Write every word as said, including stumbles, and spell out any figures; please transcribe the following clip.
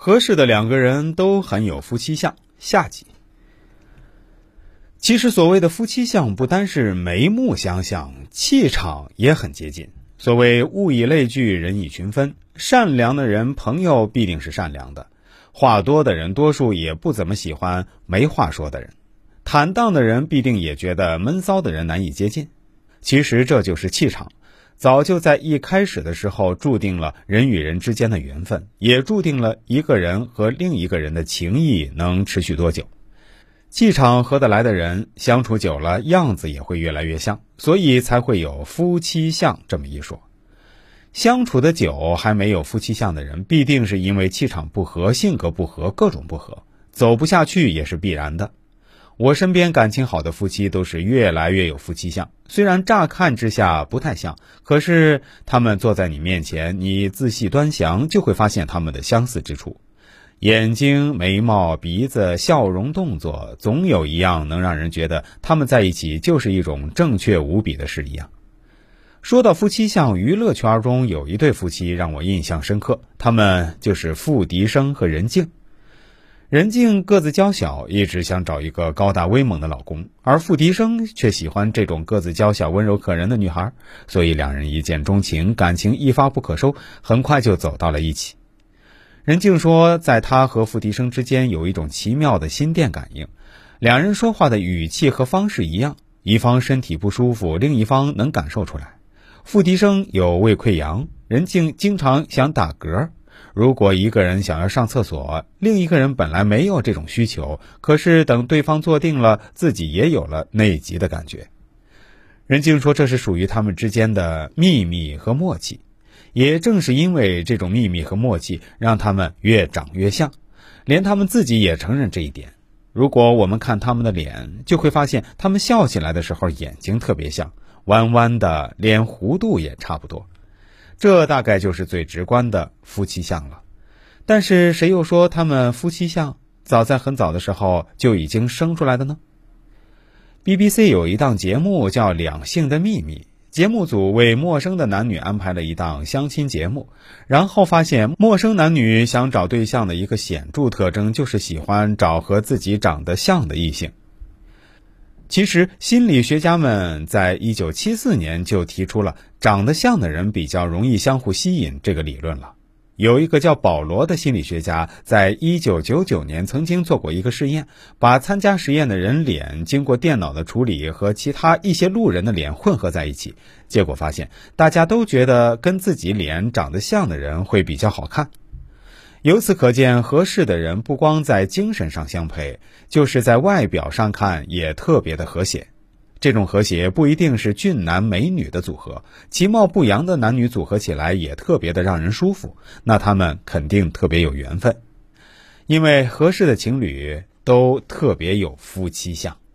合适的两个人都很有夫妻相。下集。其实所谓的夫妻相不单是眉目相像，气场也很接近。所谓物以类聚，人以群分，善良的人朋友必定是善良的，话多的人多数也不怎么喜欢没话说的人，坦荡的人必定也觉得闷骚的人难以接近。其实这就是气场，早就在一开始的时候注定了人与人之间的缘分，也注定了一个人和另一个人的情谊能持续多久。气场合得来的人相处久了，样子也会越来越像，所以才会有夫妻相这么一说。相处的久还没有夫妻相的人，必定是因为气场不合，性格不合，各种不合，走不下去也是必然的。我身边感情好的夫妻都是越来越有夫妻相，虽然乍看之下不太像，可是他们坐在你面前，你仔细端详就会发现他们的相似之处。眼睛、眉毛、鼻子、笑容、动作，总有一样能让人觉得他们在一起就是一种正确无比的事一样。说到夫妻相，娱乐圈中有一对夫妻让我印象深刻，他们就是付笛声和任静。任静个子娇小，一直想找一个高大威猛的老公，而付笛声却喜欢这种个子娇小、温柔可人的女孩，所以两人一见钟情，感情一发不可收，很快就走到了一起。任静说，在他和付笛声之间有一种奇妙的心电感应，两人说话的语气和方式一样，一方身体不舒服，另一方能感受出来。付笛声有胃溃疡，任静经常想打嗝，如果一个人想要上厕所，另一个人本来没有这种需求，可是等对方坐定了，自己也有了内急的感觉。任静说，这是属于他们之间的秘密和默契。也正是因为这种秘密和默契，让他们越长越像，连他们自己也承认这一点。如果我们看他们的脸，就会发现他们笑起来的时候眼睛特别像，弯弯的，连弧度也差不多。这大概就是最直观的夫妻相了。但是谁又说他们夫妻相早在很早的时候就已经生出来的呢？ B B C 有一档节目叫《两性的秘密》，节目组为陌生的男女安排了一档相亲节目，然后发现陌生男女想找对象的一个显著特征就是喜欢找和自己长得像的异性。其实心理学家们在一九七四年就提出了长得像的人比较容易相互吸引这个理论了。有一个叫保罗的心理学家在一九九九年曾经做过一个试验，把参加实验的人脸经过电脑的处理和其他一些路人的脸混合在一起，结果发现大家都觉得跟自己脸长得像的人会比较好看。由此可见，合适的人不光在精神上相配，就是在外表上看也特别的和谐。这种和谐不一定是俊男美女的组合，其貌不扬的男女组合起来也特别的让人舒服，那他们肯定特别有缘分。因为合适的情侣都特别有夫妻相。